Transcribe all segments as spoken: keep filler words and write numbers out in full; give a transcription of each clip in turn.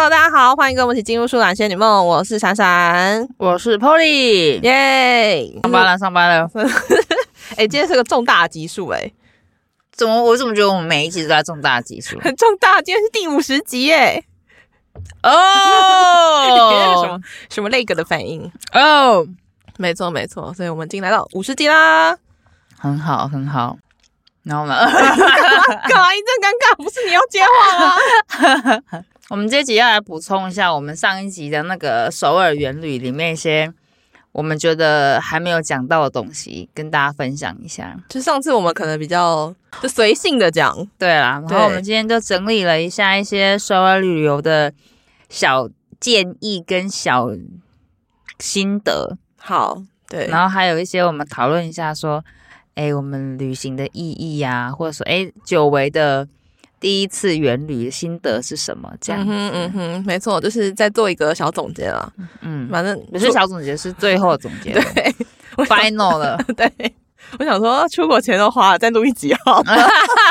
Hello， 大家好，欢迎跟我们一起进入《舒兰仙女梦》，我是闪闪， 我是 Polly， 耶！ 上班了，上班了。 哎、欸，今天是个重大集数哎， 怎么我怎么觉得我们每一集都在重大集数？ 很重大，今天是第五十集哎。 哦， 什么什么那个的反应？ 哦， 没错没错，所以我们已经来到五十集啦， 很好很好。然后呢？ 干嘛一阵尴尬？不是你要接话吗？ 我们这集要来补充一下我们上一集的那个首尔原旅里面一些我们觉得还没有讲到的东西，跟大家分享一下。 就上次我们可能比较就随性的讲， 对啦，然后我们今天就整理了一下一些首尔旅游的小建议跟小心得。 好，对， 然后还有一些我们讨论一下说，哎，我们旅行的意义啊，或者说，哎，久违的第一次远旅心得是什么？这样子， 嗯哼嗯哼，没错，就是在做一个小总结啦。 嗯， 反正不是小总结，是最后总结， 对 ，final 了。 对，我想说出国前都花了，再录一集好了。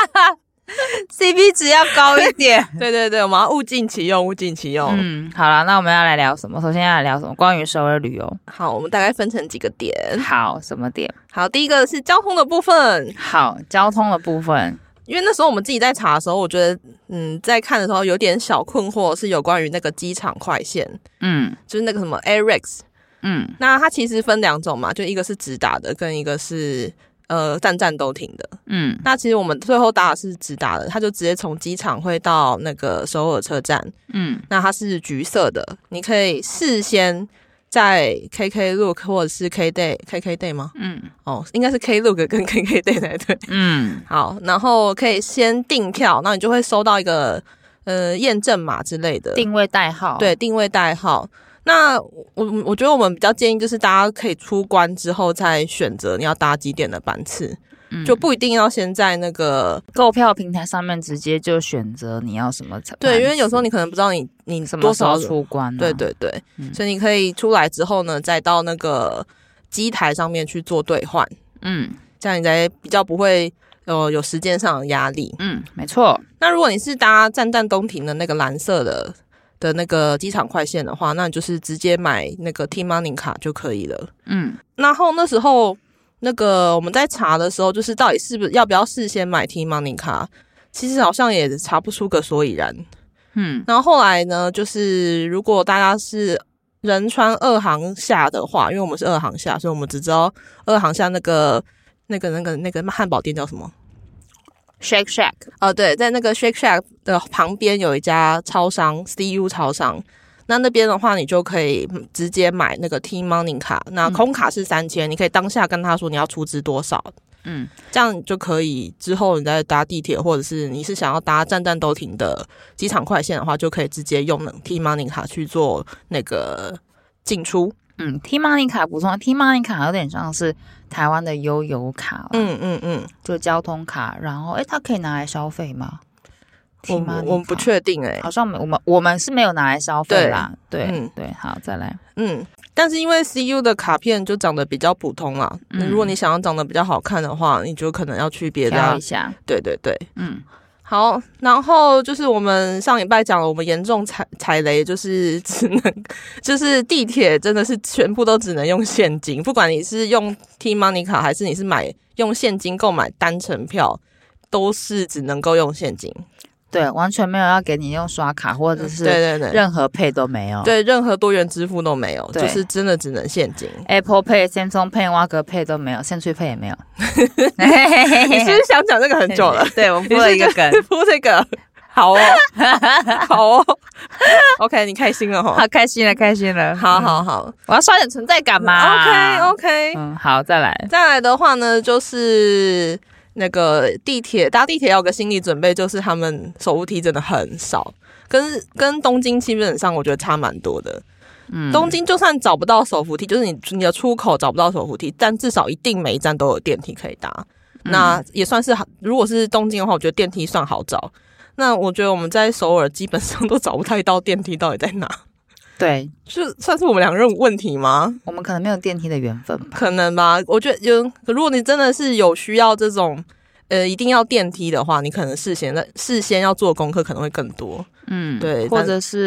C P 值要高一点。 对对对，我们要物尽其用，物尽其用。 嗯，好了，那我们要来聊什么？首先要来聊什么？关于首尔旅游。 好，我们大概分成几个点。 好，什么点？ 好，第一个是交通的部分。 好，交通的部分。 因为那时候我们自己在查的时候，我觉得，嗯，在看的时候有点小困惑，是有关于那个机场快线， 嗯， 就是那个什么 AirEx， 嗯， 那它其实分两种嘛，就一个是直达的，跟一个是呃站站都停的。嗯，那其实我们最后打的是直达的，它就直接从机场会到那个首尔车站。嗯，那它是橘色的，你可以事先在 K K Look 或者是 K Day K K Day 吗？嗯，哦，应该是 K Look 跟 K K Day 才对。嗯，好，然后可以先订票，那你就会收到一个呃验证码之类的定位代号。 对，定位代号。那我我觉得我们比较建议就是大家可以出关之后再选择你要搭几点的班次。嗯、就不一定要先在那个购票平台上面直接就选择你要什么。 对，因为有时候你可能不知道你你什么时候出关、啊。 对对对、嗯，所以你可以出来之后呢，再到那个机台上面去做兑换。嗯，这样你才比较不会呃有时间上的压力。 嗯，没错。 那如果你是搭站站东停的那个蓝色的的那个机场快线的话，那你就是直接买那个 T-Money 卡就可以了。嗯，然后那时候。那个我们在查的时候，就是到底是不是要不要事先买 T-Money 卡，其实好像也查不出个所以然。嗯，然后后来呢，就是如果大家是仁川二航下的话，因为我们是二航下，所以我们只知道二航下那个那个那个那个汉堡店叫什么 Shake Shack。 哦，对，在那个 Shake Shack 的旁边有一家超商 C U 超商。那那边的话，你就可以直接买那个 T-Money 卡，那空卡是三千、嗯，你可以当下跟他说你要出资多少，嗯，这样就可以之后你再搭地铁，或者是你是想要搭站站都停的机场快线的话，就可以直接用 T-Money 卡去做那个进出。 嗯 ，T-Money 卡补充 ，T-Money 卡有点像是台湾的悠游卡，嗯嗯嗯，就交通卡，然后诶，它可以拿来消费吗？ 我我们不确定哎、欸， 好像我们我们是没有拿来消费啦，对对、嗯、对，好再来， 嗯，但是因为 C U 的卡片就长得比较普通啦，嗯，如果你想要长得比较好看的话，你就可能要去别的挑一下， 对对对，嗯，好，然后就是我们上礼拜讲了，我们严重踩踩雷，就是只能就是地铁真的是全部都只能用现金，不管你是用 T-Money 卡还是你是买用现金购买单程票，都是只能够用现金。 对，完全没有要给你用刷卡或者是对对对， 任何配都没有， 对，任何多元支付都没有，就是真的只能现金。 Apple Pay、Samsung Pay、挖格 Pay 都没有，线翠 Pay 也没有。 你是不是想讲这个很久了？ 对，我铺了一个梗， 铺这个。好哦，好哦 ，OK， 你开心了哈？ 好开心了，开心了。 好好好， 我要刷点存在感嘛。 OK OK， 嗯，好，再来， 再来的话呢，就是那个地铁，搭地铁要有个心理准备，就是他们手扶梯真的很少，跟跟东京基本上我觉得差蛮多的。嗯，东京就算找不到手扶梯，就是你你的出口找不到手扶梯，但至少一定每一站都有电梯可以搭。嗯、那也算是，如果是东京的话，我觉得电梯算好找。那我觉得我们在首尔基本上都找不太到电梯到底在哪。 对， 就算是我们两个人问题吗？ 我们可能没有电梯的缘分吧， 可能吧。我觉得有，如果你真的是有需要这种呃一定要电梯的话，你可能事先事先要做功课可能会更多。嗯，对， 或者是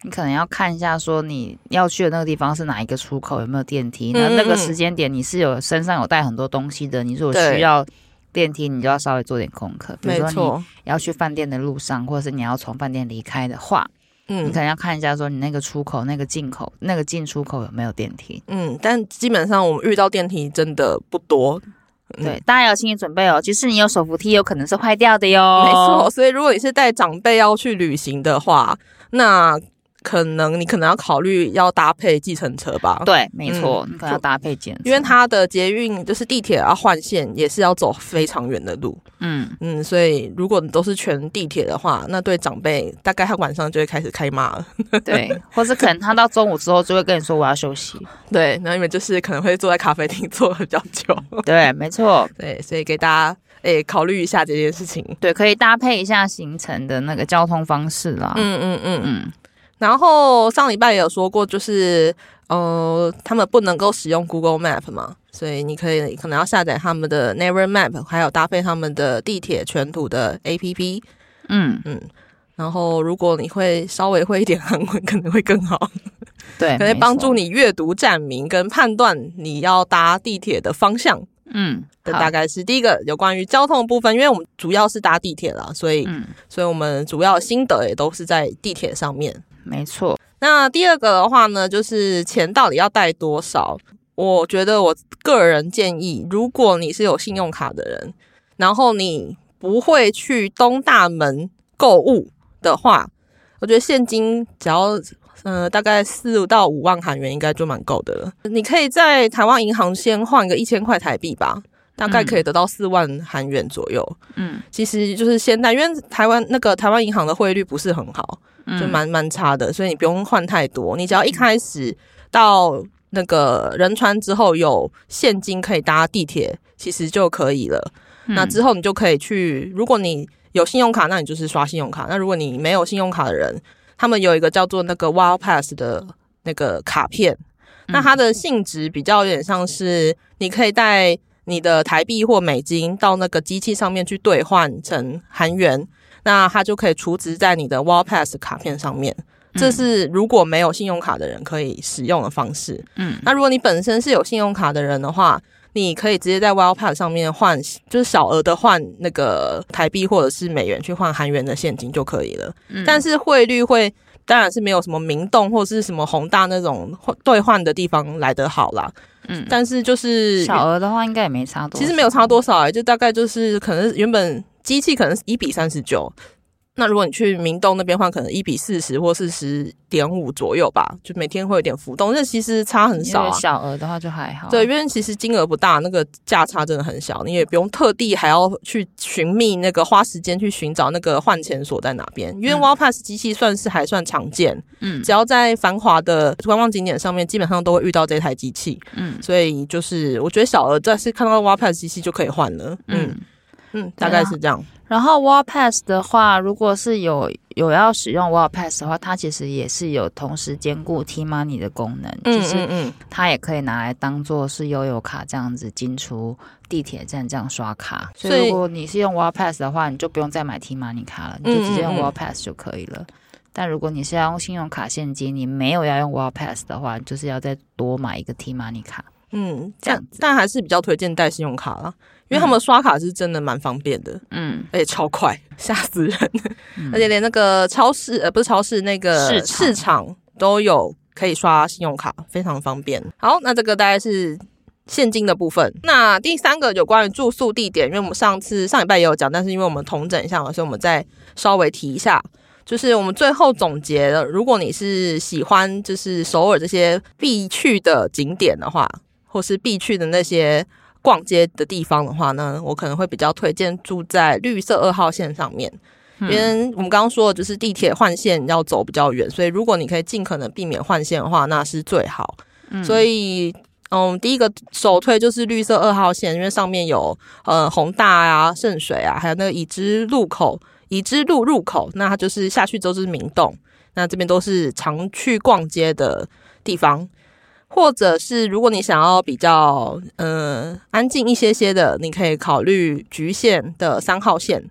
你可能要看一下说你要去的那个地方是哪一个出口，有没有电梯，那、嗯、那个时间点你是有身上有带很多东西的，你如果需要电梯你就要稍微做点功课，比如说你要去饭店的路上，或者是你要从饭店离开的话，嗯，你可能要看一下说你那个出口那个进口那个进出口有没有电梯。 嗯，但基本上我们遇到电梯真的不多。 对，大家有心理准备哦，即使你有手扶梯有可能是坏掉的哟。 没错，所以如果你是带长辈要去旅行的话，那可能你可能要考虑要搭配计程车吧。 对，没错、嗯、你可能要搭配计程车， 因为它的捷运就是地铁要换线也是要走非常远的路。嗯嗯，所以如果你都是全地铁的话，那对长辈大概他晚上就会开始开骂了。对， 或是可能他到中午之后就会跟你说我要休息。 对，那你们就是可能会坐在咖啡厅坐的比较久。 对，没错。 对，所以给大家诶、欸、考虑一下这件事情。 对，可以搭配一下行程的那个交通方式啦。 嗯嗯嗯嗯。然后上礼拜也有说过，就是呃，他们不能够使用 Google Map 嘛，所以你可以可能要下载他们的 Naver Map， 还有搭配他们的地铁全图的 A P P。嗯嗯。然后如果你会稍微会一点韩文，可能会更好。 对， 可以帮助你阅读站名跟判断你要搭地铁的方向。嗯，这大概是第一个有关于交通的部分，因为我们主要是搭地铁啦，所以、嗯、所以我们主要的心得也都是在地铁上面。 没错。 那第二个的话呢，就是钱到底要带多少？我觉得我个人建议，如果你是有信用卡的人，然后你不会去东大门购物的话，我觉得现金只要呃大概四到五万韩元应该就蛮够的了。你可以在台湾银行先换个一千块台币吧，大概可以得到四万韩元左右。嗯，其实就是现在，因为台湾那个台湾银行的汇率不是很好。就蛮蛮差的，所以你不用换太多，你只要一开始到那个仁川之后有现金可以搭地铁其实就可以了、嗯、那之后你就可以去，如果你有信用卡那你就是刷信用卡，那如果你没有信用卡的人，他们有一个叫做那个 Wild Pass 的那个卡片，那它的性质比较有点像是你可以带你的台币或美金到那个机器上面去兑换成韩元，那它就可以储值在你的 Wild Pass 卡片上面，这是如果没有信用卡的人可以使用的方式。嗯，那如果你本身是有信用卡的人的话，你可以直接在 Wild Pass 上面换，就是小额的换那个台币或者是美元去换韩元的现金就可以了。嗯，但是汇率会当然是没有什么明洞或是什么宏大那种兑换的地方来得好啦。嗯，但是就是小额的话应该也没差多少， 其实没有差多少、欸、就大概就是可能原本机器可能一比三十九，那如果你去明洞那边换，可能一比四十或四十点五左右吧，就每天会有点浮动，这其实差很少、啊、 因为小额的话就还好。 对，因为其实金额不大，那个价差真的很小，你也不用特地还要去寻觅那个花时间去寻找那个换钱所在哪边，因为 Wild Pass 机器算是还算常见，嗯，只要在繁华的观光景点上面基本上都会遇到这台机器，嗯，所以就是我觉得小额再是看到 Wild Pass 机器就可以换了，嗯嗯嗯，大概是这样。 然后 Wild Pass 的话，如果是有有要使用 Wild Pass 的话，它其实也是有同时兼顾 T-Money 的功能，嗯、就是它也可以拿来当做是悠游卡这样子进出地铁站这样刷卡。所以如果你是用 Wild Pass 的话，你就不用再买 T-Money 卡了，你就直接用 Wild Pass 就可以了。嗯嗯嗯，但如果你是要用信用卡现金，你没有要用 Wild Pass 的话，就是要再多买一个 T-Money 卡。嗯， 这样子，但还是比较推荐带信用卡啦，因为他们刷卡是真的蛮方便的，嗯，而且超快，吓死人，嗯、而且连那个超市呃不是超市那个市 场, 市场都有可以刷信用卡，非常方便。好，那这个大概是现金的部分。那第三个有关于住宿地点，因为我们上次上礼拜也有讲，但是因为我们统整一下嘛，所以我们再稍微提一下。就是我们最后总结了，如果你是喜欢就是首尔这些必去的景点的话，或是必去的那些逛街的地方的话呢，我可能会比较推荐住在绿色二号线上面，因为我们刚刚说的就是地铁换线要走比较远，所以如果你可以尽可能避免换线的话，那是最好。嗯、所以嗯，第一个首推就是绿色二号线，因为上面有呃弘大啊、圣水啊，还有那个已知路口、已知路入口，那它就是下去之后就是明洞，那这边都是常去逛街的地方。或者是如果你想要比较呃安静一些些的，你可以考虑橘线的三号线，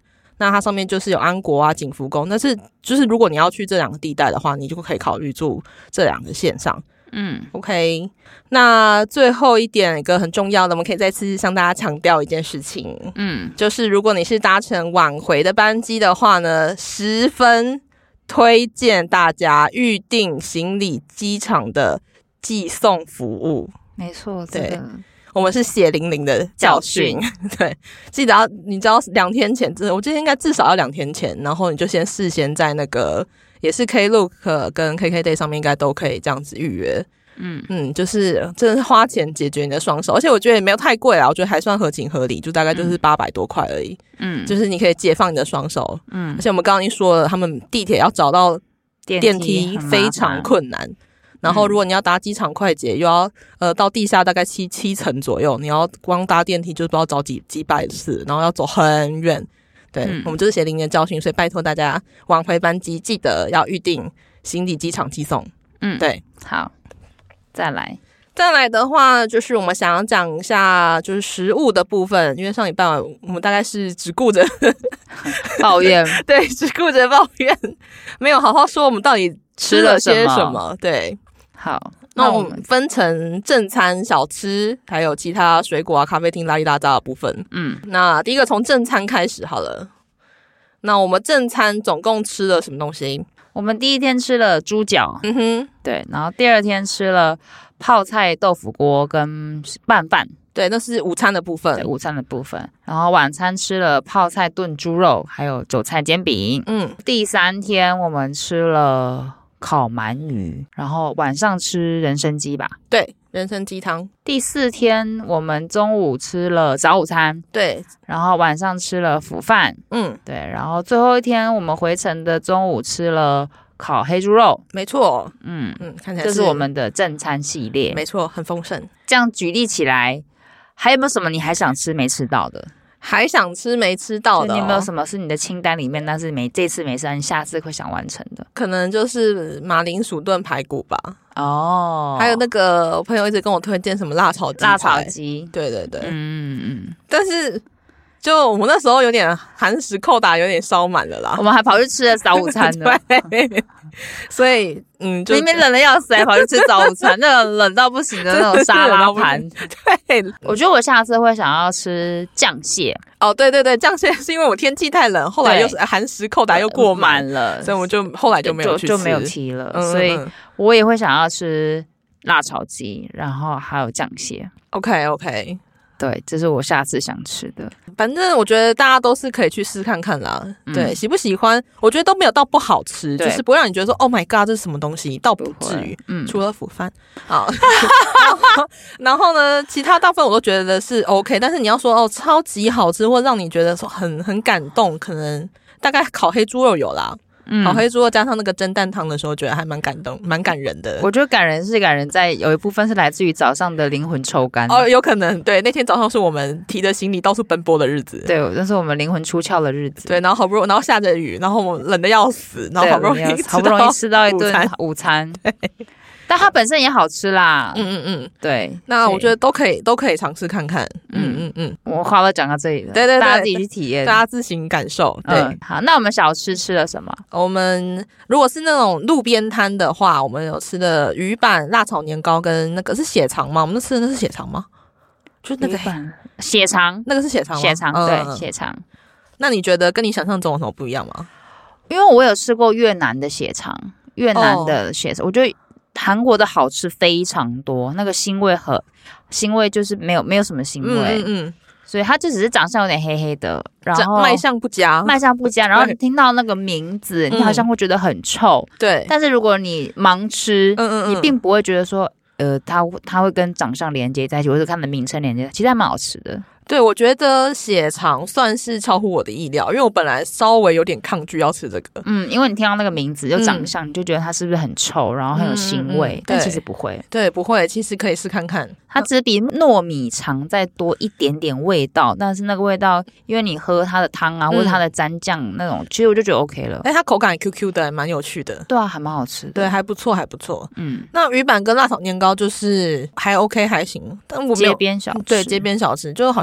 那它上面就是有安国啊、景福宫，但是就是如果你要去这两个地带的话，你就可以考虑住这两个线上。嗯 ，OK。那最后一点一个很重要的，我们可以再次向大家强调一件事情，嗯，就是如果你是搭乘晚回的班机的话呢，十分推荐大家预定行李机场的寄送服务。 没错，对， 我们是血淋淋的教训。对，记得要你知道两天前，我记得应该至少要两天前，然后你就先事先在那个。也是 Klook 跟 K K Day 上面应该都可以这样子预约，嗯嗯，就是真的是花钱解决你的双手，而且我觉得也没有太贵啦，我觉得还算合情合理，就大概就是八百多块而已，嗯，就是你可以解放你的双手，嗯，而且我们刚刚已经说了，他们地铁要找到电梯非常困难，然后如果你要搭机场快捷，又要呃到地下大概七七层左右，你要光搭电梯就不知道找几几百次，然后要走很远。对、嗯、我们就是血淋淋的教训，所以拜托大家晚回班机记得要预定行李机场寄送。嗯，对， 好，再来， 再来的话就是我们想要讲一下就是食物的部分，因为上礼拜我们大概是只顾着抱怨， 对，只顾着抱怨，没有好好说我们到底吃了些什么。对， 好。 那我们分成正餐、小吃，还有其他水果啊、咖啡厅、拉里拉扎的部分。嗯，那第一个从正餐开始好了。那我们正餐总共吃了什么东西？ 我们第一天吃了猪脚，嗯哼，对，然后第二天吃了泡菜豆腐锅跟拌饭， 对，那是午餐的部分， 对，午餐的部分。然后晚餐吃了泡菜炖猪肉，还有韭菜煎饼。嗯，第三天我们吃了烤鳗鱼，然后晚上吃人参鸡吧， 对，人参鸡汤。 第四天我们中午吃了早午餐， 对， 然后晚上吃了腐饭，嗯，对，然后最后一天我们回程的中午吃了烤黑猪肉， 没错，嗯嗯，看起来这是我们的正餐系列， 没错，很丰盛。 这样举例起来，还有没有什么你还想吃没吃到的？ 还想吃没吃到的、哦、 你有没有什么是你的清单里面但是没这次没吃，你下次会想完成的？ 可能就是马铃薯炖排骨吧。哦，还有那个我朋友一直跟我推荐什么辣炒鸡， 辣炒鸡， 对对对，嗯嗯，但是就我们那时候有点寒食扣打有点烧满了啦， 我们还跑去吃了早午餐呢。 对，所以嗯，就明明冷的要死还跑去吃早午餐，那种冷到不行的那种沙拉盘。 对， 我觉得我下次会想要吃酱蟹。 哦，对对对，酱蟹是因为我天气太冷，后来又是寒食扣打又过满了，所以我就后来就没有去吃， 就就没有提了、嗯。所以我也会想要吃辣炒鸡，然后还有酱蟹。 OK OK。 对，这是我下次想吃的。 反正我觉得大家都是可以去试看看啦。嗯、对，喜不喜欢，我觉得都没有到不好吃，就是不会让你觉得说 ，Oh my god， 这是什么东西，倒不至于。嗯，除了腐饭。好，然, 后然后呢，其他大部分我都觉得是 OK， 但是你要说哦，超级好吃，或让你觉得说很很感动，可能大概烤黑猪肉有啦。嗯、烤黑猪肉加上那个蒸蛋汤的时候，觉得还蛮感动、蛮感人的。 我觉得感人是感人在有一部分是来自于早上的灵魂抽干哦，有可能对。那天早上是我们提着行李到处奔波的日子， 对，那是我们灵魂出窍的日子。 对，然后好不容易，然后下着雨，然后我们冷得要死，然后好不容易好不容易吃到一顿午餐。对，但它本身也好吃啦。嗯嗯嗯，对。 那我觉得都可以，都可以尝试看看。嗯嗯嗯， 我话都讲到这里了， 对对对， 大家自己去体验， 大家自行感受。对、嗯， 好，那我们小吃吃了什么？ 我们如果是那种路边摊的话，我们有吃的鱼板、辣炒年糕跟那个是血肠吗？我们那吃的那是血肠吗？就那个血肠， 那个是血肠吗？ 血肠，对，嗯、血肠。 那你觉得跟你想象中有什么不一样吗？ 因为我有吃过越南的血肠，越南的血肠，哦、我觉得。韩国的好吃非常多，那个腥味和腥味就是没有没有什么腥味，嗯嗯，所以它就只是长相有点黑黑的，然后卖相不佳， 卖相不佳，然后你听到那个名字，你好像会觉得很臭， 对。 但是如果你盲吃，嗯嗯嗯，你并不会觉得说，呃，它它会跟长相连接在一起，或者看的名称连接，其实还蛮好吃的。 对，我觉得血肠算是超乎我的意料，因为我本来稍微有点抗拒要吃这个。嗯， 因为你听到那个名字就长相，嗯、你就觉得它是不是很臭，然后很有腥味，嗯嗯、但其实不会。 对，不会，其实可以试看看。 它只比糯米肠再多一点点味道，但是那个味道，因为你喝它的汤啊，嗯、或者它的蘸酱那种，其实我就觉得 OK 了。 哎，它口感 Q Q 的，蛮有趣的。 对啊，还蛮好吃的。 对，还不错，还不错。嗯，那鱼板跟辣炒年糕就是还 OK 还行，但我没有街边小吃， 对街边小吃，就好像。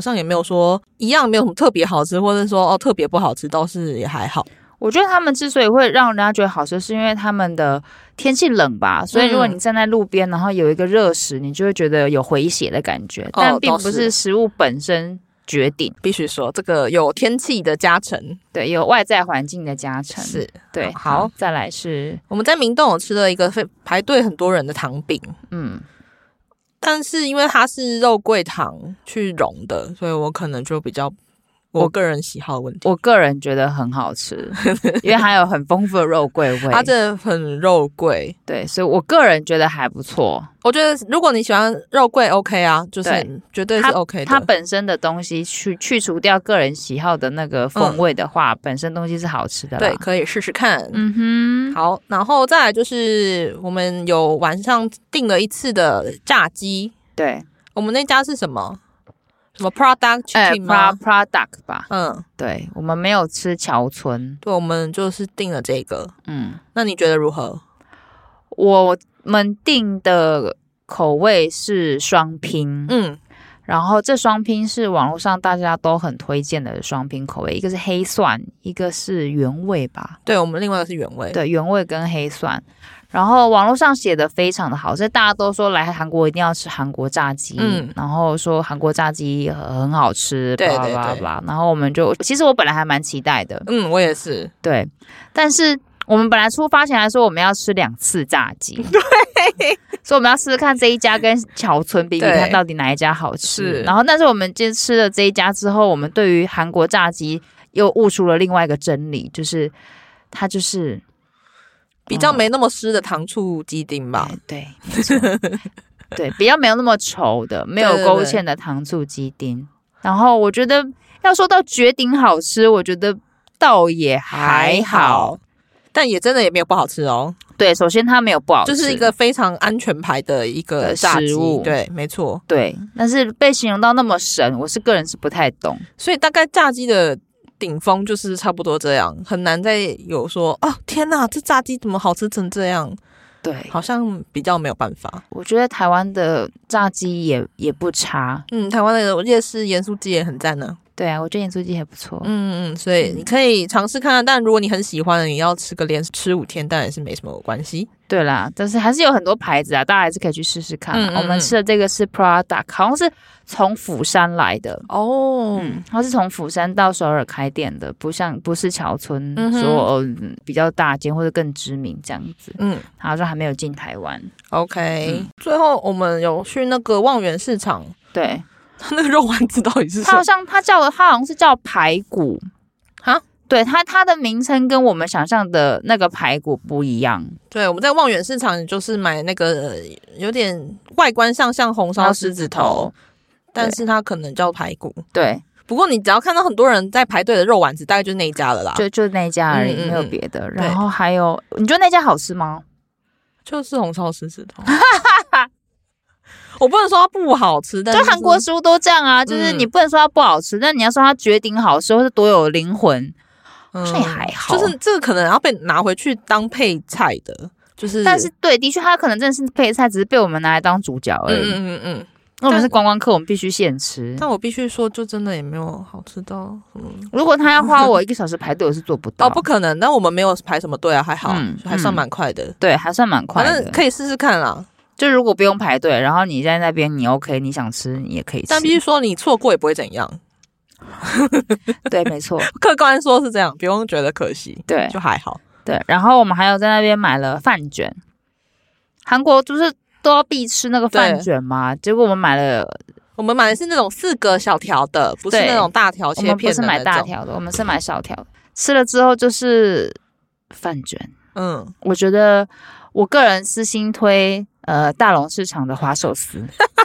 像也没有说一样没有什么特别好吃，或者说哦特别不好吃，倒是也还好。 我觉得他们之所以会让人家觉得好吃，是因为他们的天气冷吧，所以如果你站在路边，然后有一个热食，你就会觉得有回血的感觉，但并不是食物本身决定。 必须说这个有天气的加成， 对，有外在环境的加成， 是对。 好， 好，再来是我们在明洞有吃了一个排队很多人的糖饼，嗯，但是因为它是肉桂糖去溶的，所以我可能就比较。我个人喜好的问题， 我个人觉得很好吃，因为它有很丰富的肉桂味， 它真的很肉桂， 对，所以我个人觉得还不错。 我觉得如果你喜欢肉桂 OK 啊，就是绝对是 OK 的。 它, 它本身的东西去去除掉个人喜好的那个风味的话，嗯、本身东西是好吃的啦， 对，可以试试看。 嗯哼， 好，然后再来就是我们有晚上订了一次的炸鸡， 对， 我们那家是什么？什么 product chicken 吗、 欸、？product 吧， 嗯， 对，我们没有吃桥村， 对，我们就是订了这个，嗯，那你觉得如何？ 我们订的口味是双拼，嗯，然后这双拼是网络上大家都很推荐的双拼口味，一个是黑蒜，一个是原味吧？ 对，我们另外一个是原味， 对，原味跟黑蒜。然后网络上写的非常的好，所以大家都说来韩国一定要吃韩国炸鸡，嗯，然后说韩国炸鸡很好吃， 对对对，然后我们就，其实我本来还蛮期待的， 嗯，我也是， 对，但是我们本来出发前来说我们要吃两次炸鸡， 对， 所以我们要试试看这一家跟桥村比比看到底哪一家好吃，然后但是我们今天吃了这一家之后，我们对于韩国炸鸡又悟出了另外一个真理，就是它就是比较没那么湿的糖醋鸡丁吧， 嗯、对，没错对，比较没有那么稠的，没有勾芡的糖醋鸡丁。对对对，然后我觉得要说到绝顶好吃，我觉得倒也还好， 但也真的也没有不好吃哦。 对，首先它没有不好吃， 就是一个非常安全牌的一个炸鸡，对，没错， 对。但是被形容到那么神，我是个人是不太懂， 所以大概炸鸡的顶峰就是差不多这样，很难再有说哦天哪，这炸鸡怎么好吃成这样？ 对， 好像比较没有办法。 我觉得台湾的炸鸡也也不差， 嗯，台湾的夜市盐酥鸡也很赞呢。 对啊，我觉得盐酥鸡还不错。 嗯嗯，所以你可以尝试看看，但如果你很喜欢的，你要吃个连吃五天，当然是没什么关系。 对啦，但是还是有很多牌子啊，大家还是可以去试试看。嗯嗯嗯，我们吃的这个是 product， 好像是从釜山来的哦，嗯，它是从釜山到首尔开店的，不像不是桥村、嗯、说、哦、比较大间或者更知名这样子。嗯，好像还没有进台湾。 OK，、嗯、最后我们有去那个望源市场， 对。 它那个肉丸子到底是什么？ 它好像它叫它好像是叫排骨哈，对，它它的名称跟我们想象的那个排骨不一样。 对，我们在望远市场就是买那个有点外观上像红烧狮子头，但是它可能叫排骨。 对， 不过你只要看到很多人在排队的肉丸子，大概就是那一家了啦， 就就那一家而已，嗯嗯，没有别的。然后还有，你觉得那家好吃吗？ 就是红烧狮子头。我不能说它不好吃，但是就韩国食物都这样啊，就是你不能说它不好吃，嗯、但你要说它绝顶好吃，或是多有灵魂，好像也还好。 就是这个可能要被拿回去当配菜的，就是。 但是对，的确它可能真的是配菜，只是被我们拿来当主角而已。嗯嗯嗯。那我们是观光客，我们必须现吃。 但我必须说，就真的也没有好吃到。嗯， 如果他要花我一个小时排队，我是做不到。 哦，不可能。但我们没有排什么队啊，还好，嗯、还算蛮快的、嗯。 对，还算蛮快的， 反正可以试试看啦。 就如果不用排队，然后你在那边你 OK， 你想吃你也可以吃。 但必须说你错过也不会怎样。 对，没错， 客观说是这样，不用觉得可惜。 对， 就还好。 对，然后我们还有在那边买了饭卷，韩国就是都要必吃那个饭卷嘛，结果我们买了， 我们买的是那种四个小条的，不是那种大条切片的那种。 我们不是买大条的，我们是买小条的。吃了之后就是饭卷，嗯，我觉得我个人私心推。呃，大龙市场的滑手丝，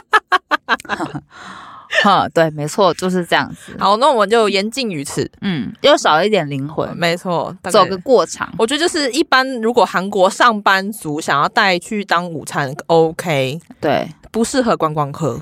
哈，对，没错，就是这样子。 好，那我们就言尽于此。 嗯，又少了一点灵魂， 没错， 走个过场。 我觉得就是一般，如果韩国上班族想要带去当午餐 ，OK， 对， 不适合观光客。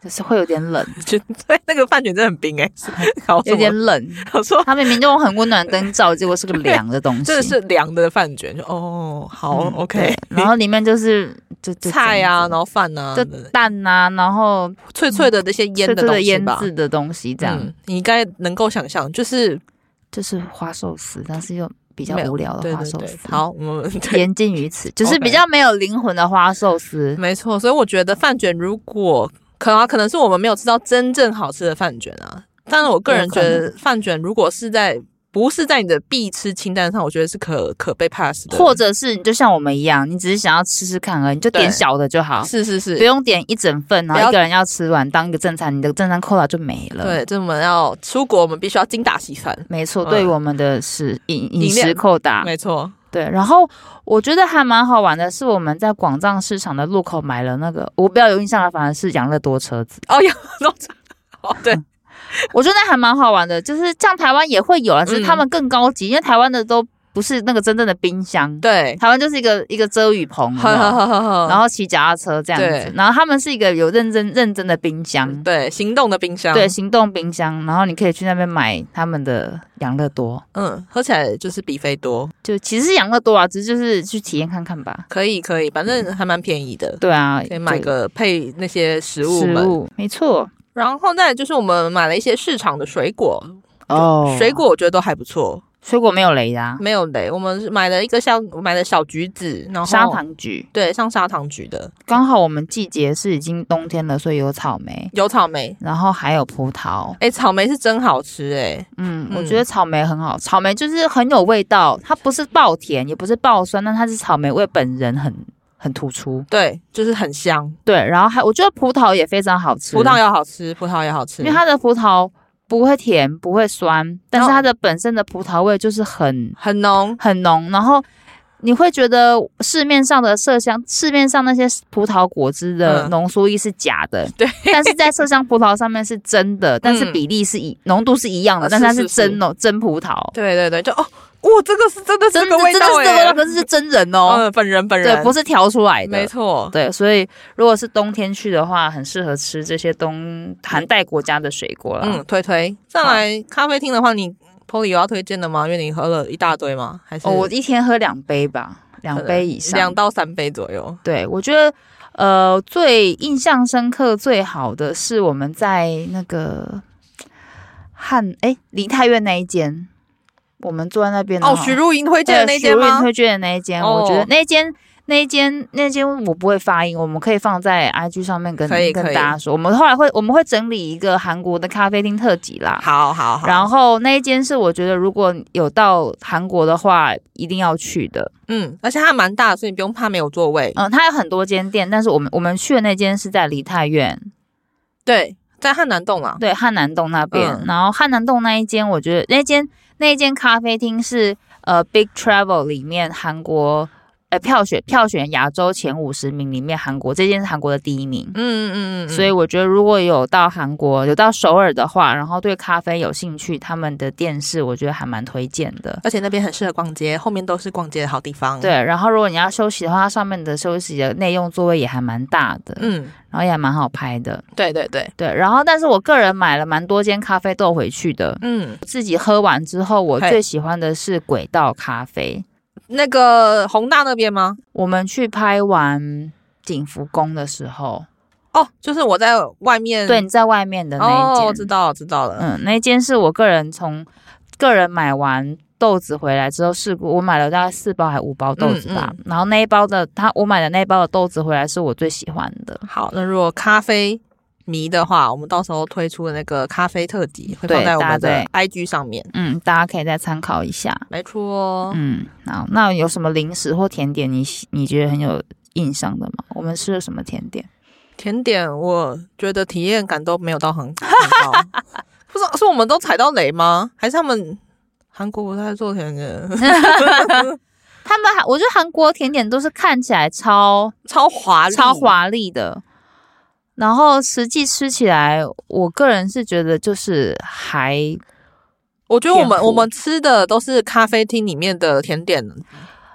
可是会有点冷， 就对，那个饭卷真的很冰哎、欸， 有点冷。 我说它明明就用很温暖的灯照，结果是个凉的东西， 真的是凉的饭卷。就哦，好、嗯、，OK。 然后里面就是就就菜啊，然后饭啊， 就蛋啊，然后脆脆的那些腌的东西吧，脆脆的腌制的东西，这样、嗯、 你应该能够想象，就是就是花寿司，但是又比较无聊的花寿司。 对对对好，我们言尽于此，就是比较没有灵魂的花寿司。 没错，所以我觉得饭卷如果可能、啊，可能是我们没有吃到真正好吃的饭卷啊。但是我个人觉得饭卷如果是在不是在你的必吃清单上，我觉得是可可被 pass 的。 或者是你就像我们一样，你只是想要吃吃看而已，你就点小的就好。 是是是， 不用点一整份，然后一个人要吃完当一个正餐，你的正餐扣打就没了。 对，这我们要出国，我们必须要精打细算。 没错，对于我们的食饮饮食扣打， 没错。 对，然后我觉得还蛮好玩的是，我们在广藏市场的路口买了那个，我比较有印象的反而是养乐多车子。 哦，养乐多车，哦，对。嗯我觉得还蛮好玩的，就是像台湾也会有啊，只是他们更高级，嗯、因为台湾的都不是那个真正的冰箱， 对， 台湾就是一个一个遮雨棚，然后骑脚踏车这样子，然后他们是一个有认真认真的冰箱， 对，行动的冰箱， 对，行动冰箱，然后你可以去那边买他们的养乐多， 嗯，喝起来就是比菲多， 就其实是养乐多啊，只是就是去体验看看吧， 可以可以，反正还蛮便宜的， 对啊， 可以买个配那些食物们， 食物没错。 然后再来就是我们买了一些市场的水果哦， 水果我觉得都还不错， 水果没有雷的、啊， 没有雷。我们买了一个像买了小橘子，然后砂糖橘， 对，像砂糖橘的。 刚好我们季节是已经冬天了，所以有草莓， 有草莓， 然后还有葡萄。 哎、欸，草莓是真好吃哎、欸， 嗯，我觉得草莓很好，草莓就是很有味道，它不是爆甜，也不是爆酸，但它是草莓味本人很。很突出， 对，就是很香， 对，然后还我觉得葡萄也非常好吃， 葡萄也好吃，葡萄也好吃， 因为它的葡萄不会甜，不会酸，但是它的本身的葡萄味就是很很浓， 很浓，然后你会觉得市面上的麝香，市面上那些葡萄果汁的浓缩液是假的，嗯、 对， 但是在麝香葡萄上面是真的，但是比例是一浓、嗯、度是一样的，但是它是真哦，真葡萄， 对对对，就哦。哇，这个是真的是这个味道、欸， 真的是这个味道，可是是真人哦， 嗯，本人本人， 对，不是调出来的， 没错， 对，所以如果是冬天去的话，很适合吃这些东寒带国家的水果啦。 嗯，推推。再来咖啡厅的话，你 Polly 有要推荐的吗？因为你喝了一大堆吗？还是、 哦、我一天喝两杯吧，两杯以上， 两到三杯左右。 对，我觉得呃，最印象深刻、最好的是我们在那个汉哎梨泰院那一间。我们坐在那边哦，许茹芸推荐的那间吗？ 许茹芸推荐的那一间，哦、我觉得那间、那一间、那间我不会发音，我们可以放在 I G 上面跟跟大家说。我们后来会我们会整理一个韩国的咖啡厅特辑啦。 好好好。 然后那一间是我觉得如果有到韩国的话，一定要去的。 嗯，而且它蛮大的，所以你不用怕没有座位。 嗯，它有很多间店，但是我们我们去的那间是在梨泰院。 对，在汉南洞啊。 对，汉南洞那边。 嗯、 然后汉南洞那一间，我觉得那间。那间咖啡厅是呃 Big Travel 里面韩国呃票选票选亚洲前五十名里面韩国这间是韩国的第一名， 嗯嗯嗯， 所以我觉得如果有到韩国有到首尔的话，然后对咖啡有兴趣，他们的店是我觉得还蛮推荐的， 而且那边很适合逛街，后面都是逛街的好地方。 对，然后如果你要休息的话，它上面的休息的内用座位也还蛮大的，嗯。然后也还蛮好拍的， 对对对对。然后，但是我个人买了蛮多间咖啡豆回去的，嗯，自己喝完之后，我最喜欢的是轨道咖啡， 那个弘大那边吗？ 我们去拍完景福宫的时候， 哦，就是我在外面， 对，你在外面的那一间， 哦，我知道，知道了， 嗯，那一间是我个人从个人买完豆子回来之后试过，我买了大概四包还五包豆子吧，嗯嗯、然后那一包的他我买的那一包的豆子回来是我最喜欢的。 好，那如果咖啡迷的话，我们到时候推出的那个咖啡特辑会放在我们的 I G 上面， 嗯，大家可以再参考一下。 没错， 嗯，好，那有什么零食或甜点你你觉得很有印象的吗？我们吃了什么甜点？ 甜点我觉得体验感都没有到很很高，不知道是我们都踩到雷吗？还是他们？韩国不太做甜点， 他们我觉得韩国甜点都是看起来超超华丽、 超华丽的，然后实际吃起来，我个人是觉得就是还， 我觉得我们我们吃的都是咖啡厅里面的甜点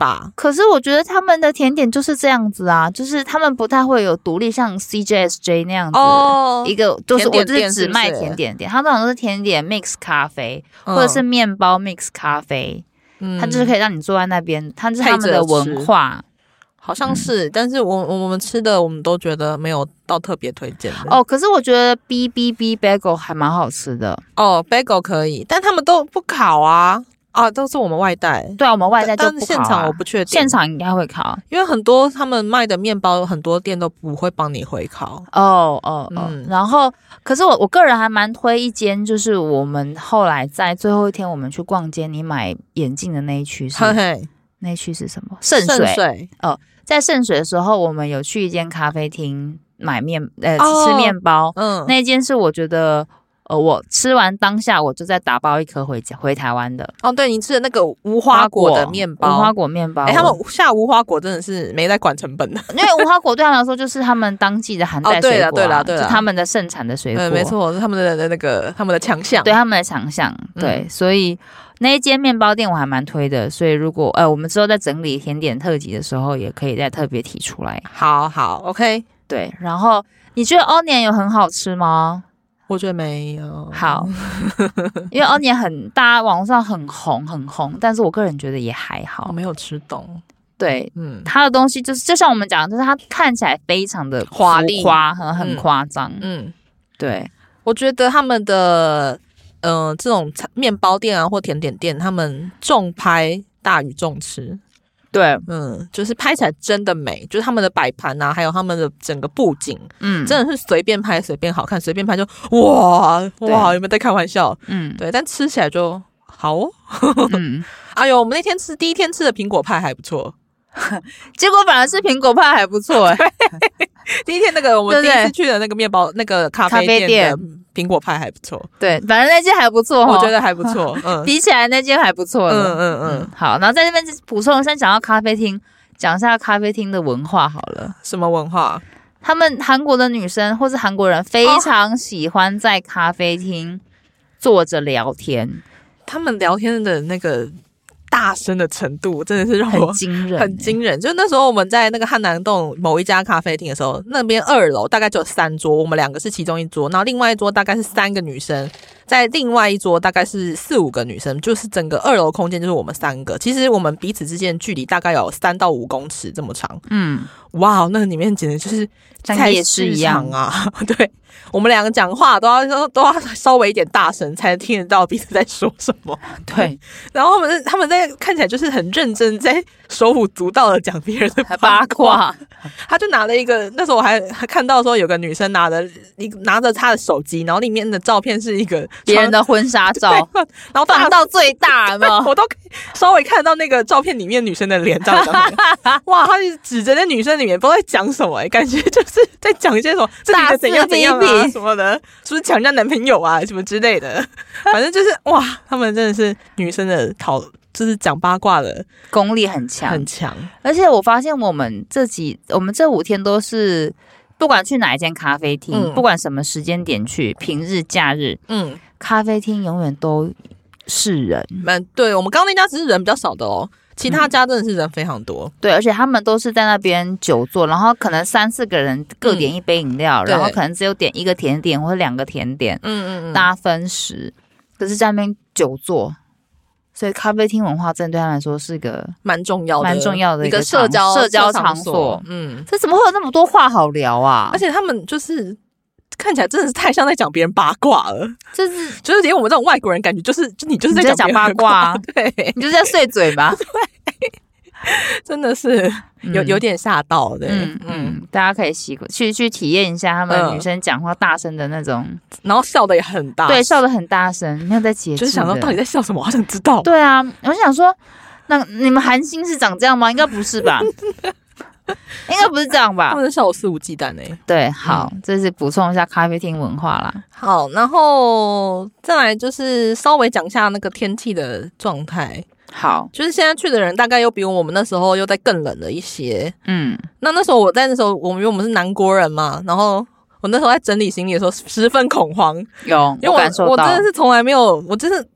吧。 可是我觉得他们的甜点就是这样子啊，就是他们不太会有独立像 C J S J 那样子、哦、一个就是我就是只卖甜点店，他们都是甜点 mix 咖啡、嗯、或者是面包 mix 咖啡、嗯、它就是可以让你坐在那边，它是他们的文化。 好像是、嗯、但是我我们吃的我们都觉得没有到特别推荐的哦。可是我觉得 B B B Bagel 还蛮好吃的哦 Bagel 可以，但他们都不烤啊啊，都是我们外带。 对啊，我们外带就不烤、啊、 但现场我不确定， 现场应该会烤， 因为很多他们卖的面包很多店都不会帮你回烤。 哦哦哦、嗯，然后可是我我个人还蛮推一间，就是我们后来在最后一天我们去逛街，你买眼镜的那一区是嘿嘿那一区是什么？圣水。 圣水哦，在圣水的时候，我们有去一间咖啡厅买面，呃，哦、吃面包。嗯，那一间是我觉得，呃，我吃完当下我就在打包一颗回家回台湾的。 哦，对，你吃的那个无花果的面包， 无花果面包。 哎、欸，他们下无花果真的是没在管成本的， 因为无花果对他们来说就是他们当季的寒带水果、啊哦，对了对了对了， 就他们的盛产的水果。 嗯，没错，是他们的那个他们的强项， 对他们的强项。对，嗯、所以。那一间面包店我还蛮推的，所以如果呃我们之后在整理甜点特辑的时候，也可以再特别提出来。 好好 ，OK， 对。然后你觉得 Onion 有很好吃吗？ 我觉得没有。 好，因为 Onion 很大家网上很红很红，但是我个人觉得也还好。 我没有吃懂。 对，嗯，它的东西就是就像我们讲的，就是它看起来非常的华丽、夸很很夸张。嗯，对， 我觉得他们的。嗯、呃，这种面包店啊或甜点店，他们重拍大于重吃。 对， 嗯，就是拍起来真的美，就是他们的摆盘啊，还有他们的整个布景，嗯，真的是随便拍随便好看，随便拍就哇哇，有没有在开玩笑？嗯，对，但吃起来就好哦。嗯，哎呦，我们那天吃第一天吃的苹果派还不错。 结果反而是苹果派还不错哎、欸。 第一天那个我们第一次去的那个面包那个咖啡店的苹果派还不错， 对，反正那间还不错， 我觉得还不错，嗯， 比起来那间还不错了， 嗯嗯嗯。 好，然后在这边补充，先讲到咖啡厅，讲一下咖啡厅的文化好了。 什么文化？ 他们韩国的女生或是韩国人非常喜欢在咖啡厅坐着聊天，哦、 他们聊天的那个。大声的程度真的是让我很惊人， 很惊人。就那时候我们在那个汉南洞某一家咖啡厅的时候，那边二楼大概就有三桌，我们两个是其中一桌，然后另外一桌大概是三个女生，在另外一桌大概是四五个女生，就是整个二楼空间就是我们三个。其实我们彼此之间的距离大概有三到五公尺这么长。嗯，哇，那个里面简直就是菜市场啊！对。我们两个讲话都要都要稍微一点大声，才能听得到彼此在说什么。 对， 然后他们他们在看起来就是很认真，在手舞足蹈的讲别人的八卦。他就拿了一个，那时候我还还看到说有个女生拿着一拿着她的手机，然后里面的照片是一个别人的婚纱照，然后放到最大嘛， 我都可以稍微看到那个照片里面女生的脸这样子。哇，他就指着那女生里面不知道在讲什么、欸，感觉就是在讲一些什么自己的怎样怎样啊什么的，是不是抢人家男朋友啊什么之类的。反正就是哇，他们真的是女生的讨。就是讲八卦的功力很强， 很强。 而且我发现我们这几，我们这五天都是，不管去哪一间咖啡厅，嗯、不管什么时间点去，平日、假日，嗯，咖啡厅永远都是人。 蛮对，我们刚刚那家只是人比较少的哦，其他家真的是人非常多。 嗯、对，而且他们都是在那边久坐，然后可能三四个人各点一杯饮料，嗯、然后可能只有点一个甜点或者两个甜点，嗯嗯嗯，大家分食。可是在那边久坐。所以咖啡厅文化真的对他来说是个蛮重要的、 蛮重要的一个社交社交场所。嗯，这怎么会有那么多话好聊啊？ 而且他们就是看起来真的是太像在讲别人八卦了， 就是就是连我们这种外国人感觉就是就你就是在讲八卦、啊， 对， 你就是在碎嘴吧？ 对，真的是有有点吓到的。 嗯嗯，大家可以习惯去去体验一下他们女生讲话大声的那种， 然后笑的也很大， 对，笑的很大声，没有在节制， 就是想到到底在笑什么，我好想知道。 对啊，我想说，那你们韩星是长这样吗？应该不是吧？应该不是这样吧？ 他们是笑我肆无忌惮哎、欸。 对，好，嗯、这是补充一下咖啡厅文化啦。 好，然后再来就是稍微讲一下那个天气的状态。 好， 就是现在去的人大概又比我们那时候又再更冷了一些。嗯，那那时候我在那时候，我们因为我们是南国人嘛，然后我那时候在整理行李的时候十分恐慌。 有， 因为我感受到， 我真的是从来没有，我真的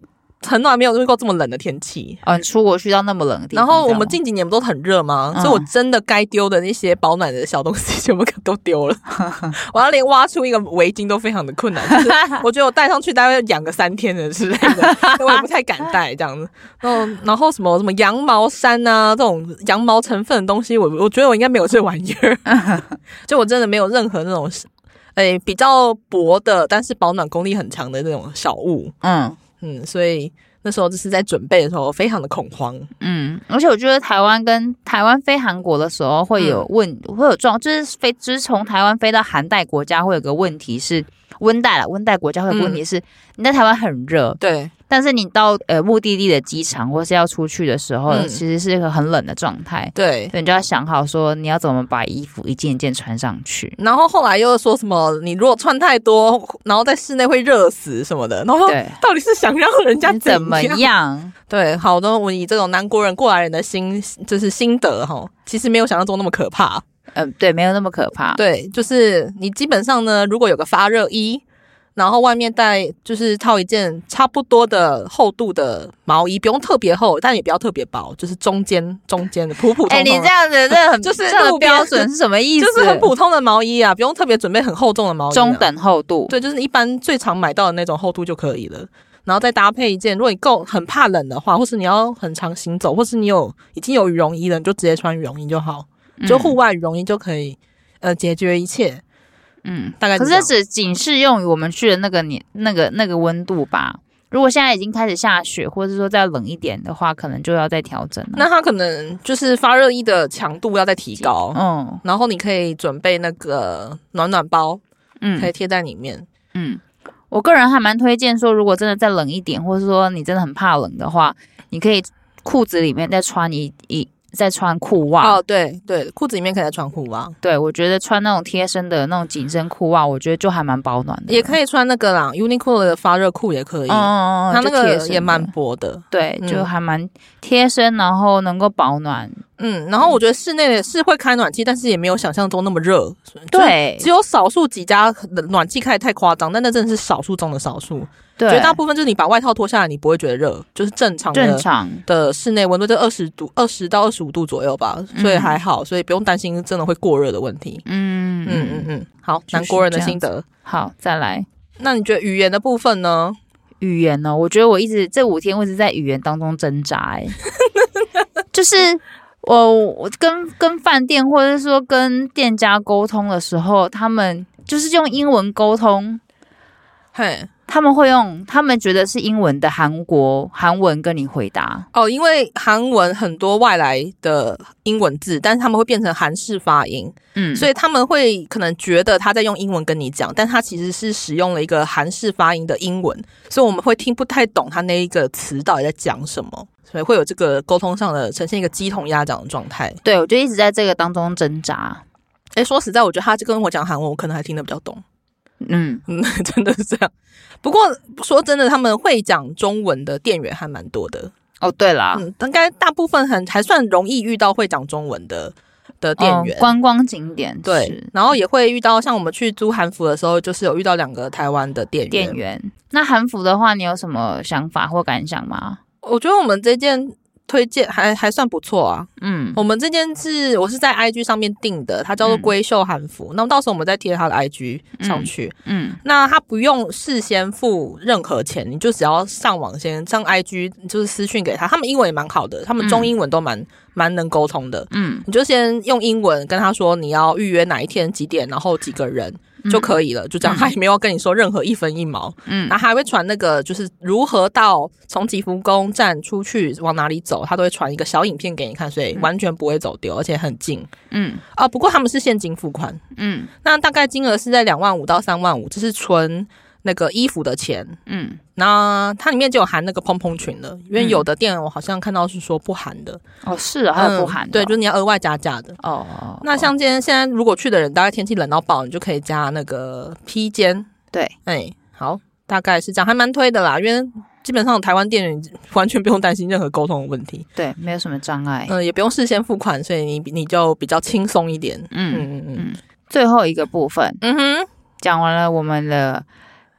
很暖，没有遇过这么冷的天气。 哦，你出国去到那么冷的地方， 然后我们近几年不都很热吗？嗯、所以我真的该丢的那些保暖的小东西全部都丢了。我要连挖出一个围巾都非常的困难，就是我觉得我带上去大概养个三天的之类的，我也不太敢带这样子。然后然后什么什么羊毛衫啊，这种羊毛成分的东西，我我觉得我应该没有这玩意儿。就我真的没有任何那种。诶，比较薄的，但是保暖功力很强的那种小物，嗯嗯，所以那时候就是在准备的时候非常的恐慌， 嗯，而且我觉得台湾跟台湾飞韩国的时候会有问，嗯、会有状，就是飞，就是从台湾飞到寒带国家会有个问题是温带啦，温带国家会有个问题是、嗯、你在台湾很热， 对。 但是你到呃目的地的机场或是要出去的时候、嗯、其实是一个很冷的状态， 对， 所以你就要想好说你要怎么把衣服一件一件穿上去。 然后后来又说什么你如果穿太多然后在室内会热死什么的，然后到底是想让人家怎么样？ 对，好多我以这种南国人过来人的心就是心得齁，其实没有想象中那么可怕。 嗯，对，没有那么可怕。 对，就是你基本上呢，如果有个发热衣，然后外面带就是套一件差不多的厚度的毛衣，不用特别厚，但也不要特别薄，就是中间中间的普普通通的。 哎、欸，你这样子真的很就是这个标准是什么意思？ 就是很普通的毛衣啊，不用特别准备很厚重的毛衣、啊， 中等厚度。 对，就是一般最常买到的那种厚度就可以了。然后再搭配一件，如果你够很怕冷的话，或是你要很常行走，或是你有已经有羽绒衣了，你就直接穿羽绒衣就好，就户外羽绒衣就可以呃解决一切。嗯，大概是这样。 可是只仅适用于我们去的那个年那个那个温度吧。如果现在已经开始下雪，或者说再冷一点的话，可能就要再调整了。 那它可能就是发热衣的强度要再提高，嗯，然后你可以准备那个暖暖包，嗯，可以贴在里面， 嗯。我个人还蛮推荐说，如果真的再冷一点，或者说你真的很怕冷的话，你可以裤子里面再穿一一。再穿裤袜哦，对对，裤子里面可以再穿裤袜。 对，我觉得穿那种贴身的那种紧身裤袜，我觉得就还蛮保暖的。 也可以穿那个啦 ，Uniqlo 的发热裤也可以，嗯，它那个也蛮薄的， 对，就还蛮贴身，然后能够保暖。 嗯，然后我觉得室内也是会开暖气，但是也没有想象中那么热。 对， 只有少数几家暖气开得太夸张，但那真的是少数中的少数。对，绝大部分就是你把外套脱下来，你不会觉得热，就是正常的正常的室内温度就二十度，二十到二十五度左右吧，所以还好，所以不用担心真的会过热的问题。嗯嗯嗯嗯，好，南国人的心得。 好，再来。 那你觉得语言的部分呢？ 语言呢？我觉得我一直这五天我一直在语言当中挣扎、欸，就是我我跟跟饭店或者说跟店家沟通的时候，他们就是用英文沟通， 嘿。 他们会用他们觉得是英文的韩国韩文跟你回答哦，因为韩文很多外来的英文字，但是他们会变成韩式发音，嗯，所以他们会可能觉得他在用英文跟你讲，但他其实是使用了一个韩式发音的英文，所以我们会听不太懂他那一个词到底在讲什么，所以会有这个沟通上的呈现一个鸡同鸭讲的状态。 对，我就一直在这个当中挣扎。 哎，说实在，我觉得他就跟我讲韩文，我可能还听得比较懂。嗯嗯，真的是这样。不过说真的，他们会讲中文的店员还蛮多的哦。对啦， 嗯，应该大部分很还算容易遇到会讲中文的的店员、 哦。观光景点对，然后也会遇到像我们去租韩服的时候，就是有遇到两个台湾的店员。 店员，那韩服的话，你有什么想法或感想吗？ 我觉得我们这件推荐还还算不错啊，嗯，我们这件是我是在 I G 上面订的，它叫做闺秀韩服，那、嗯、么到时候我们再贴它的 I G 上去，嗯，嗯那它不用事先付任何钱，你就只要上网先上 I G 就是私讯给他，他们英文也蛮好的，他们中英文都蛮蛮、嗯、能沟通的，嗯，你就先用英文跟他说你要预约哪一天几点，然后几个人。就可以了，就这样，他也没有跟你说任何一分一毛，嗯，然后还会传那个就是如何到从吉福宫站出去往哪里走，他都会传一个小影片给你看，所以完全不会走丢，而且很近，嗯，啊，不过他们是现金付款，嗯，那大概金额是在两万五到三万五，这是纯那个衣服的钱，嗯，那它里面就有含那个蓬蓬裙了，因为有的店我好像看到是说不含的， 哦，是啊，还有不含的、哦嗯， 对，就是你要额外加价的，哦，那像今天现在如果去的人，大概天气冷到爆，你就可以加那个披肩， 对， 哎、欸，好，大概是这样，还蛮推的啦，因为基本上台湾店员完全不用担心任何沟通的问题， 对，没有什么障碍， 嗯、呃，也不用事先付款，所以你你就比较轻松一点，嗯嗯嗯嗯。 最后一个部分， 嗯哼， 讲完了我们的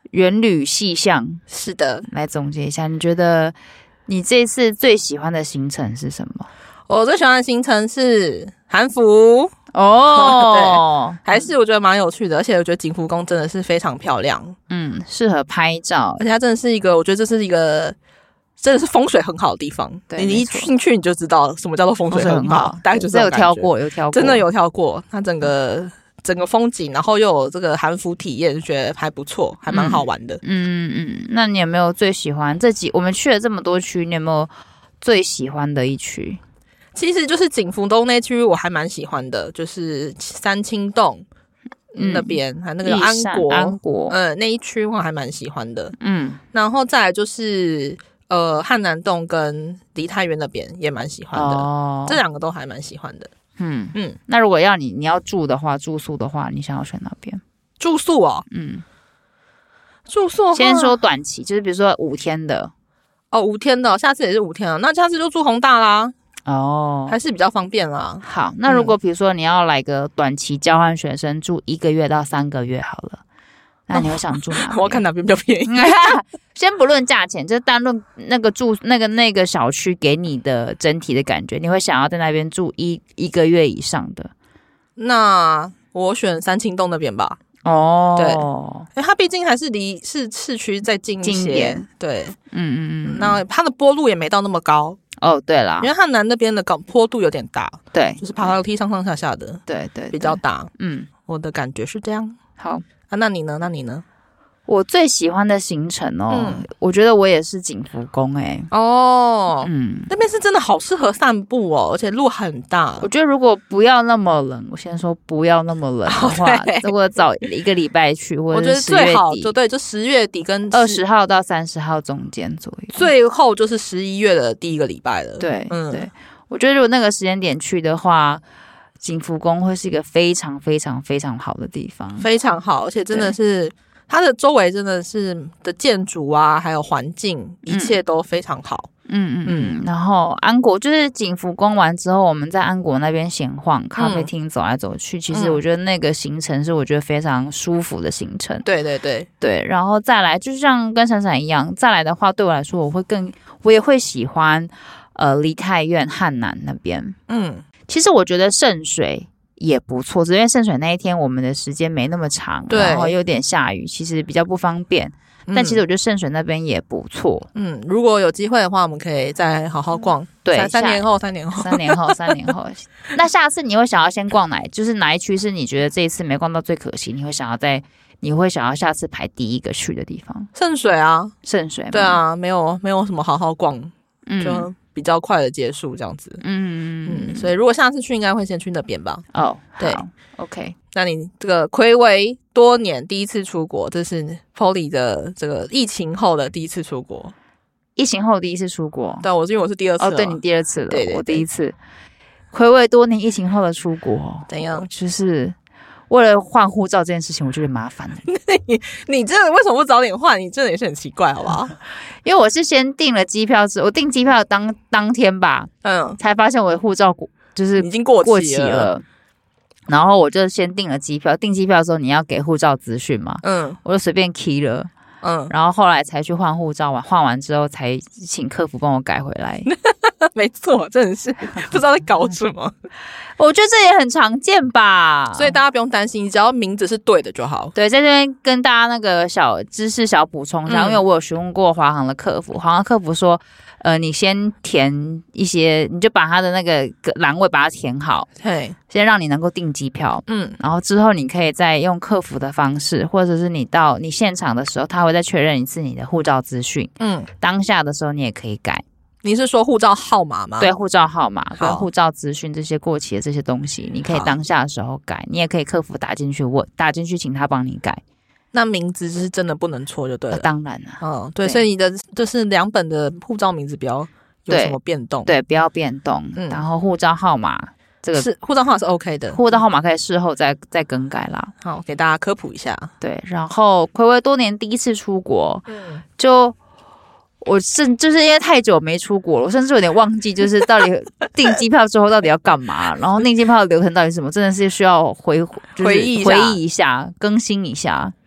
原旅细项， 是的， 来总结一下，你觉得你这次最喜欢的行程是什么？ 我最喜欢的行程是韩服哦， 对，还是我觉得蛮有趣的，而且我觉得景福宫真的是非常漂亮， 嗯，适合拍照， 而且它真的是一个，我觉得这是一个真的是风水很好的地方。对，你一进去你就知道什么叫做风水很好，大概就是有挑过，有挑过， 真的有挑过，它整个。整个风景，然后又有这个韩服体验，就觉得还不错，还蛮好玩的。 嗯嗯嗯，那你有没有最喜欢这几？我们去了这么多区，你有没有最喜欢的一区？ 其实就是景福宫那区，我还蛮喜欢的，就是三清洞那边，还、嗯、那个安国， 安国， 呃，那一区我还蛮喜欢的。 嗯， 然后再来就是呃汉南洞跟梨泰院那边也蛮喜欢的，哦、这两个都还蛮喜欢的。 嗯嗯，那如果要你你要住的话，住宿的话，你想要选哪边？ 住宿哦，嗯，住宿先说短期，就是比如说五天的哦，五天的，下次也是五天啊，那下次就住弘大啦，哦，还是比较方便啦。 好，那如果比如说你要来个短期交换学生，住一个月到三个月好了，那你会想住哪边？ 我要看哪边比较便宜。 先不论价钱，就单论那个住那个那个小区给你的整体的感觉，你会想要在那边住一一个月以上的？ 那我选三清洞那边吧。哦，对，因为它毕竟还是离市市区再近一些。对，嗯嗯嗯。那它的坡度也没到那么高。 哦，对啦， 因为汉南那边的高坡度有点大。 对， 就是爬楼梯上上下下的。 对 对, 对， 比较大。嗯，我的感觉是这样。 好啊，那你呢？那你呢？ 我最喜欢的行程哦，嗯、我觉得我也是景福宫哎、欸、哦， 嗯，那边是真的好适合散步哦，而且路很大。 我觉得如果不要那么冷，我先说不要那么冷的话，哦、如果早一个礼拜去，或者是十月底，我觉得最好就对，就十月底跟二十号到三十号中间左右， 最后就是十一月的第一个礼拜了。 对，嗯，对，我觉得如果那个时间点去的话。景福宫会是一个非常非常非常好的地方， 非常好，而且真的是它的周围真的是的建筑啊，还有环境，一切都非常好。 嗯嗯嗯。然后安国就是景福宫完之后，我们在安国那边闲晃，咖啡厅走来走去。嗯、其实我觉得那个行程是我觉得非常舒服的行程。 对对对对。然后再来，就像跟闪闪一样，再来的话，对我来说，我会更我也会喜欢呃梨泰院汉南那边。嗯。其实我觉得圣水也不错，只是因为圣水那一天我们的时间没那么长，然后有点下雨，其实比较不方便。嗯、但其实我觉得圣水那边也不错。 嗯，如果有机会的话，我们可以再好好逛。对，三, 三年后，三年后， 三年后，三年后。那下次你会想要先逛哪？就是哪一区是你觉得这一次没逛到最可惜？你会想要在，你会想要下次排第一个去的地方？ 圣水啊， 圣水。 对啊，没有没有什么好好逛，嗯、就。比较快的结束这样子，嗯嗯，所以如果下次去，应该会先去那边吧。 哦， 对 ，OK。 那你这个睽违多年第一次出国，这是 Polly 的这个疫情后的第一次出国。 疫情后第一次出国， 对，我是因为我是第二次了。 哦，对你第二次了， 对, 对, 对， 我第一次。睽违多年疫情后的出国， 怎样？ 就是为了换护照这件事情，我觉得麻烦了。 你你这为什么不早点换？你真的也是很奇怪，好不好？ 因为我是先订了机票之后，我订机票当当天吧，嗯，才发现我的护照就是已经过期了。 过期了然后我就先订了机票，订机票的时候你要给护照资讯嘛，嗯，我就随便 key 了，嗯，然后后来才去换护照，换完之后才请客服帮我改回来。 没错，真的是不知道在搞什么。 我觉得这也很常见吧， 所以大家不用担心，只要名字是对的就好。 对，在这边跟大家那个小知识小补充一下，嗯、因为我有询问过华航的客服，华航客服说，呃，你先填一些，你就把他的那个栏位把它填好， 对， 先让你能够订机票，嗯，然后之后你可以再用客服的方式，或者是你到你现场的时候，他会再确认一次你的护照资讯，嗯，当下的时候你也可以改。 你是说护照号码吗？ 对，护照号码跟护照资讯这些过期的这些东西，你可以当下的时候改，你也可以客服打进去问，打进去请他帮你改。 那名字是真的不能错就对了。 呃、当然了， 嗯，对，对所以你的就是两本的护照名字不要有什么变动， 对，对不要变动。嗯、然后护照号码这个是护照号码是 OK 的， 护照号码可以事后再再更改啦。 好，给大家科普一下。 对，然后睽违多年第一次出国，嗯，就。我甚就是因为太久没出国了，我甚至有点忘记，就是到底订机票之后到底要干嘛，然后订机票的流程到底是什么，真的是需要回、就是、回忆一下、回忆一下、更新一下。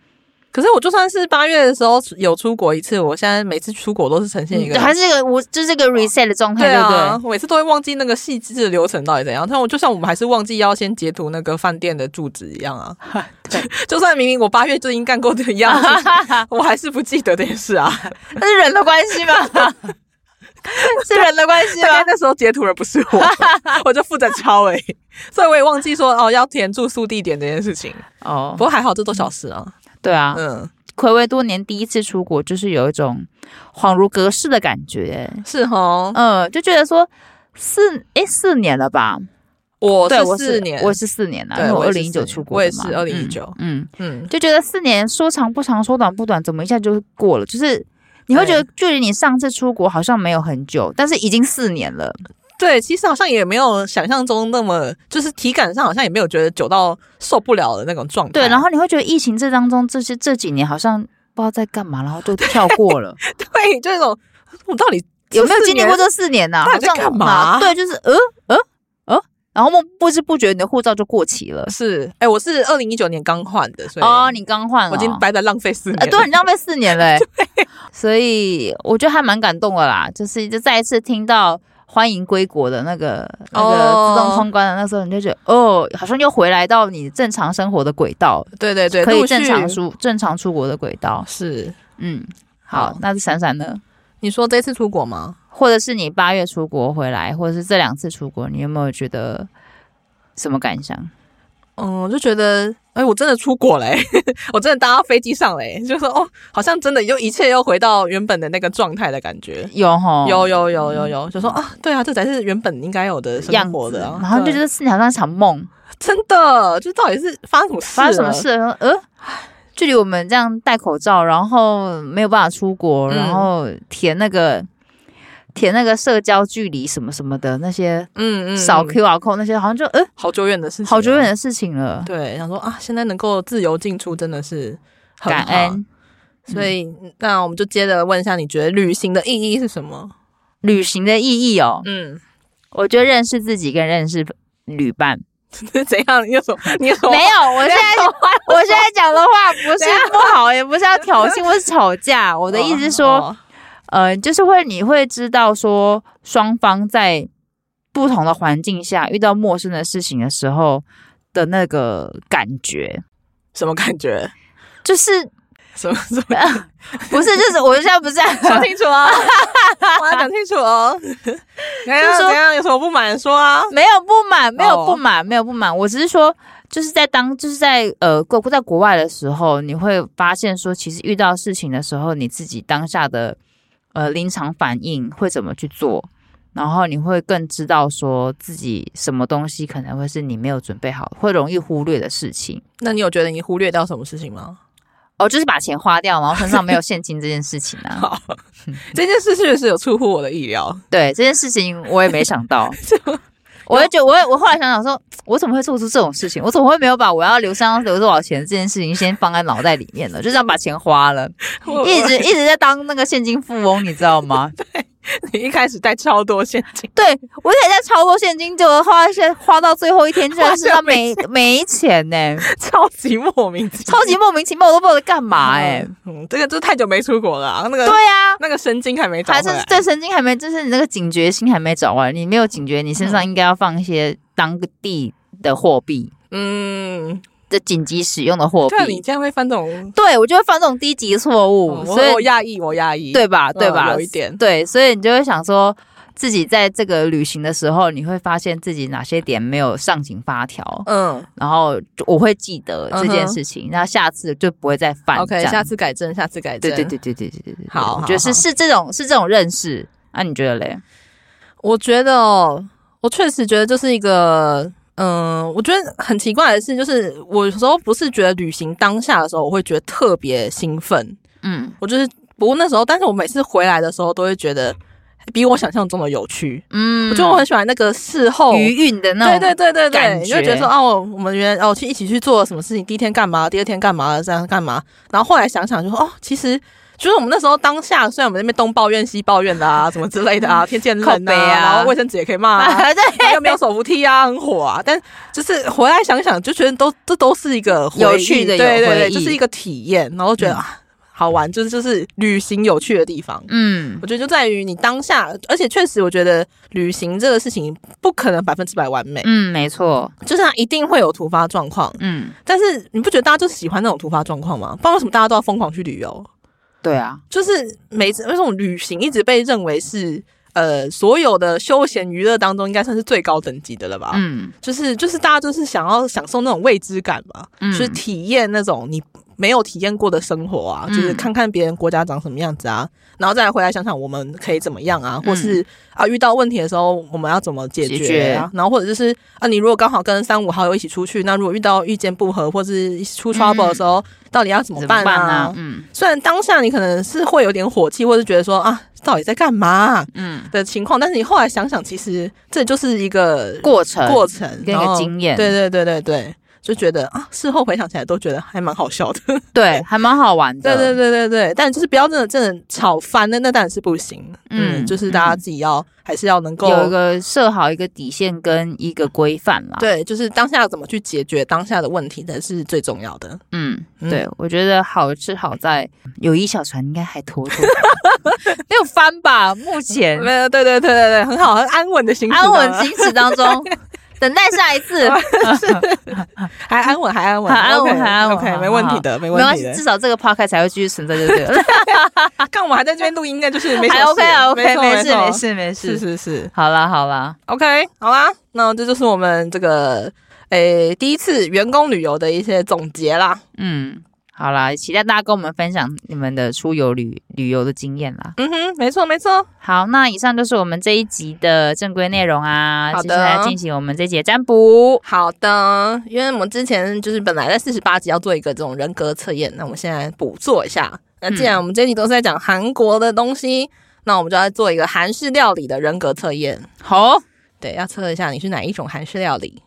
可是我就算是八月的时候有出国一次，我现在每次出国都是呈现一个、 嗯、还是一个我就是一个 reset 的状态，对啊，对不对？ 我每次都会忘记那个细致的流程到底怎样，但我就像我们还是忘记要先截图那个饭店的住址一样啊。对，就算明明我八月就已经干过这一样的事情，我还是不记得这件事啊。 那是人的关系吗？是人的关系吗？ 大概那时候截图的不是我，我就负责抄而已，所以我也忘记说哦要填住宿地点这件事情。哦，不过还好，这都小事啊。 对啊，嗯，睽违多年第一次出国，就是有一种恍如隔世的感觉， 是齁， 嗯，就觉得说四诶四年了吧， 我是四年， 我也是四年了，因为我二零一九出国的嘛， 我也是二零一九， 嗯嗯，就觉得四年说长不长，说短不短，怎么一下就过了，就是你会觉得距离你上次出国好像没有很久，但是已经四年了。 对，其实好像也没有想象中那么，就是体感上好像也没有觉得久到受不了的那种状态。 对，然后你会觉得疫情这当中这些这几年好像不知道在干嘛，然后就跳过了。 对，就那种我到底有没有经历过这四年呢、啊？ 到底在干嘛、啊？ 对，就是呃呃呃，然后不知不觉你的护照就过期了。 是，哎、欸，我是二零一九年刚换的，所以哦，你刚换了， 我已经白白浪费四年了。 呃，对，你浪费四年了、欸，所以我觉得还蛮感动的啦，就是就再一次听到。欢迎归国的那个那个自动通关的那时候，你就觉得哦，好像又回来到你正常生活的轨道。 对对对， 可以正常出正常出国的轨道。 是， 嗯，好，那是闪闪呢？ 你说这次出国吗？ 或者是你八月出国回来，或者是这两次出国，你有没有觉得什么感想？ 嗯，我就觉得，哎、欸，我真的出国嘞、欸，我真的搭到飞机上嘞、欸，就说哦，好像真的又一切又回到原本的那个状态的感觉。 有齁， 有有有有有，就说啊，对啊，这才是原本应该有的生活的、啊。 然后就觉得四年好像一场梦， 真的，就到底是发生什么事？ 发生什么事？呃，距离我们这样戴口罩，然后没有办法出国，嗯、然后填那个。填那个社交距离什么什么的那些，嗯嗯，扫 Q R code 那些，好像就呃， 好久远的事情， 好久远的事情了。 对，想说啊，现在能够自由进出，真的是很感恩。 所以，嗯、那我们就接着问一下，你觉得旅行的意义是什么？ 旅行的意义哦，嗯，我觉得认识自己跟认识旅伴。 怎样？你有什么？你有什么？ 没有，我现在我现在讲的话不是不好，也不是要挑衅或是吵架。我的意思是说。哦哦呃，就是会你会知道说双方在不同的环境下遇到陌生的事情的时候的那个感觉。 什么感觉？ 就是什么什么、呃？ 不是，就是我现在不是说清楚哦，我要讲清楚哦。怎样怎样？有什么不满说啊？ 没有不满，没有不满，哦、没有不满。我只是说。就是在当就是在呃国在国外的时候，你会发现说，其实遇到事情的时候，你自己当下的呃临场反应会怎么去做，然后你会更知道说自己什么东西可能会是你没有准备好，会容易忽略的事情。 那你有觉得你忽略掉什么事情吗？ 哦，就是把钱花掉，然后身上没有现金这件事情啊。 好，这件事确实有出乎我的意料。 对，这件事情我也没想到。我会觉得，我我后来想想说，我怎么会做出这种事情？我怎么会没有把我要留上留多少钱这件事情先放在脑袋里面呢？就这样把钱花了，一直一直在当那个现金富翁，你知道吗？ 对，你一开始带超多现金， 对我也在超多现金，结果花现花到最后一天，居然是他没没钱呢、欸， 超级莫名其妙， 超级莫名其妙，我都不知道在干嘛哎、欸嗯。嗯，这个就太久没出国了、啊，那个对啊， 那个神经还没找回来， 还是对神经还没，就是你那个警觉心还没找回来，你没有警觉，你身上应该要放一些当地的货币，嗯。的紧急使用的货币， 对，你竟然会犯这种， 对我就会犯这种低级错误， 嗯、 所以我压抑，我压抑， 对吧？对吧？ 嗯、有一点， 对，所以你就会想说，自己在这个旅行的时候，你会发现自己哪些点没有上紧发条，嗯，然后我会记得这件事情，那、嗯、下次就不会再犯。 OK， 下次改正，下次改正， 对对对对对对对对， 好， 我觉得是是这种是这种认识，那、啊、你觉得嘞？ 我觉得哦，我确实觉得这是一个。嗯，我觉得很奇怪的是，就是我有时候不是觉得旅行当下的时候，我会觉得特别兴奋。嗯，我就是不过那时候，但是我每次回来的时候，都会觉得比我想象中的有趣。嗯，我就我很喜欢那个事后余韵的那种， 对对对对对，你就觉得说哦，我们原来哦去一起去做了什么事情，第一天干嘛，第二天干嘛，这样干嘛，然后后来想想就说哦，其实就是我们那时候当下，虽然我们那边东抱怨西抱怨的啊，什么之类的啊，天气很冷啊，啊然后卫生纸也可以骂啊，对，又没有手扶梯啊，很火啊。但就是回来想想，就觉得都这都是一个有趣的， 对对对，就是一个体验，然后觉得、嗯、啊。好玩，就是就是旅行有趣的地方。嗯，我觉得就在于你当下，而且确实，我觉得旅行这个事情不可能百分之百完美。 嗯，没错， 就是它一定会有突发状况。嗯，但是你不觉得大家就喜欢那种突发状况吗？不知道为什么大家都要疯狂去旅游。 对啊， 就是每次那种旅行一直被认为是呃所有的休闲娱乐当中应该算是最高等级的了吧？嗯，就是就是大家就是想要享受那种未知感吧，嗯、就是体验那种你。没有体验过的生活啊，嗯、就是看看别人国家长什么样子啊，然后再来回来想想我们可以怎么样啊，或是、嗯、啊遇到问题的时候我们要怎么解决啊，解决然后或者就是啊你如果刚好跟三五好友一起出去，那如果遇到意见不合或是出 trouble 的时候，嗯、到底要怎么办啊？怎么办啊嗯，虽然当下你可能是会有点火气，或是觉得说啊到底在干嘛、啊、嗯的情况，但是你后来想想，其实这就是一个过程， 过程跟一个经验， 对对对对对。就觉得啊，事后回想起来都觉得还蛮好笑的， 对，还蛮好玩的， 对对对对对。但就是不要真的真的吵翻了，那当然是不行。嗯，嗯就是大家自己要、嗯、还是要能够有一个设好一个底线跟一个规范啦。 对，就是当下怎么去解决当下的问题才是最重要的。 嗯，嗯对，我觉得好是好在友谊小船应该还拖拖，没有翻吧？目前没有，对对对对对，很好，很安稳的行驶， 安稳行驶当中。等待下一次， 还安稳，还安稳， 还安稳，还安稳 ，OK， 没问题的，没问题的。 至少这个 podcast 才会继续存在，就对了。 看我们还在这边录音，应该就是没事。 还 OK 啊 ，OK，没事，没事，没事， 是是是。 好啦，好啦 ，OK， 好啦，那这就是我们这个诶第一次员工旅游的一些总结啦。嗯。 好啦，期待大家跟我们分享你们的出游旅旅游的经验啦。 嗯哼，没错没错。 好，那以上就是我们这一集的正规内容啊。好的，接下来进行我们这一集的占卜。 好的，因为我们之前就是本来在四十八集要做一个这种人格测验，那我们现在补做一下。那既然我们这一集都是在讲韩国的东西，嗯、那我们就要做一个韩式料理的人格测验。 好， 对，要测一下你是哪一种韩式料理。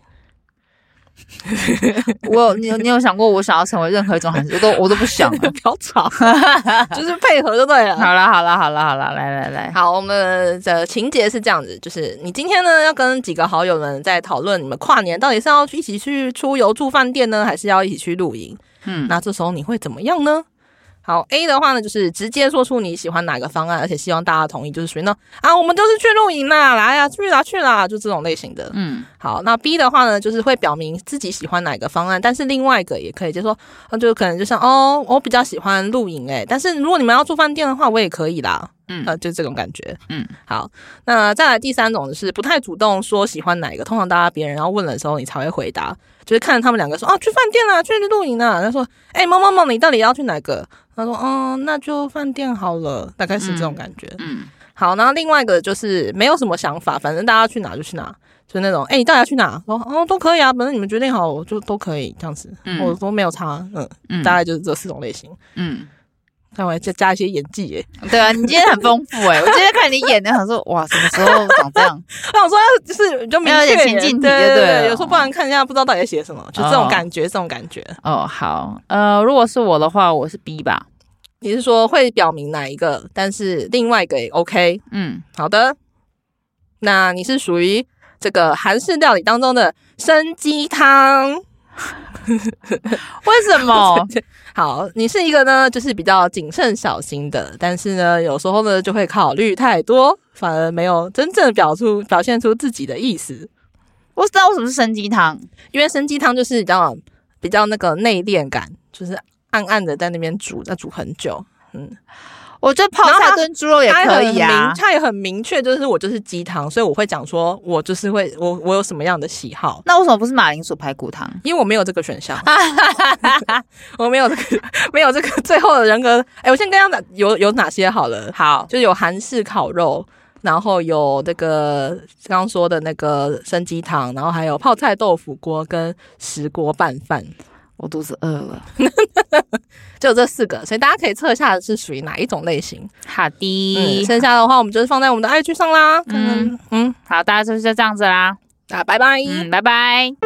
我你有你有想过我想要成为任何一种韩式，我都我都不想了， 不要吵，就是配合就对了。 好啦好啦好啦好啦，来来来， 好，我们的情节是这样子，就是你今天呢要跟几个好友们在讨论你们跨年到底是要一起去出游住饭店呢，还是要一起去露营？嗯，那这时候你会怎么样呢？好 ，A 的话呢，就是直接说出你喜欢哪个方案，而且希望大家同意，就是属于那啊，我们就是去露营啦，来呀、啊，去啦去啦，就这种类型的。嗯，好，那 B 的话呢，就是会表明自己喜欢哪个方案，但是另外一个也可以，就是说，那就可能就像哦，我比较喜欢露营诶，但是如果你们要住饭店的话，我也可以啦。嗯，呃，就这种感觉。嗯，好，那再来第三种是不太主动说喜欢哪一个，通常大家别人要问的时候，你才会回答，就是看着他们两个说啊，去饭店啦，去露营啦。他说，哎、欸，某某某，你到底要去哪个？他说，嗯，那就饭店好了，大概是这种感觉。嗯，嗯好，然后另外一个就是没有什么想法，反正大家去哪就去哪，就那种，哎、欸，你到底要去哪？说哦，都可以啊，反正你们决定好，我就都可以这样子，嗯、我都没有差。嗯，嗯大概就是这四种类型。嗯。那我还再加一些演技耶， 对啊，你今天很丰富哎！我今天看你演的，想说哇，什么时候长这样？ 那我说就是就明确情境题，对对对, 对，有时候不然看一下不知道到底在写什么，就这种感觉，哦、这种感觉。 哦，好，呃，如果是我的话，我是 B 吧。 你是说会表明哪一个，但是另外一个也 OK？嗯，好的。那你是属于这个韩式料理当中的生鸡汤。 为什么？ 好，你是一个呢，就是比较谨慎小心的，但是呢，有时候呢就会考虑太多，反而没有真正表出表现出自己的意思。 我知道为什么是生鸡汤， 因为生鸡汤就是比较比较那个内敛感，就是暗暗的在那边煮，要煮很久。嗯。 我觉得泡菜炖猪肉也可以啊， 它也很明确，就是我就是鸡汤，所以我会讲说，我就是会我我有什么样的喜好。 那为什么不是马铃薯排骨汤？ 因为我没有这个选项，我没有这个没有这个最后的人格。哎、欸，我先跟大家讲有有哪些好了， 好， 就有韩式烤肉，然后有这个刚刚说的那个生鸡汤，然后还有泡菜豆腐锅跟石锅拌饭。 我肚子饿了， 就这四个，所以大家可以测一下是属于哪一种类型。 好的、 嗯，剩下的话我们就是放在我们的 I G 上啦。嗯嗯， 好，大家就是这样子啦。 啊，拜拜， 嗯，拜拜。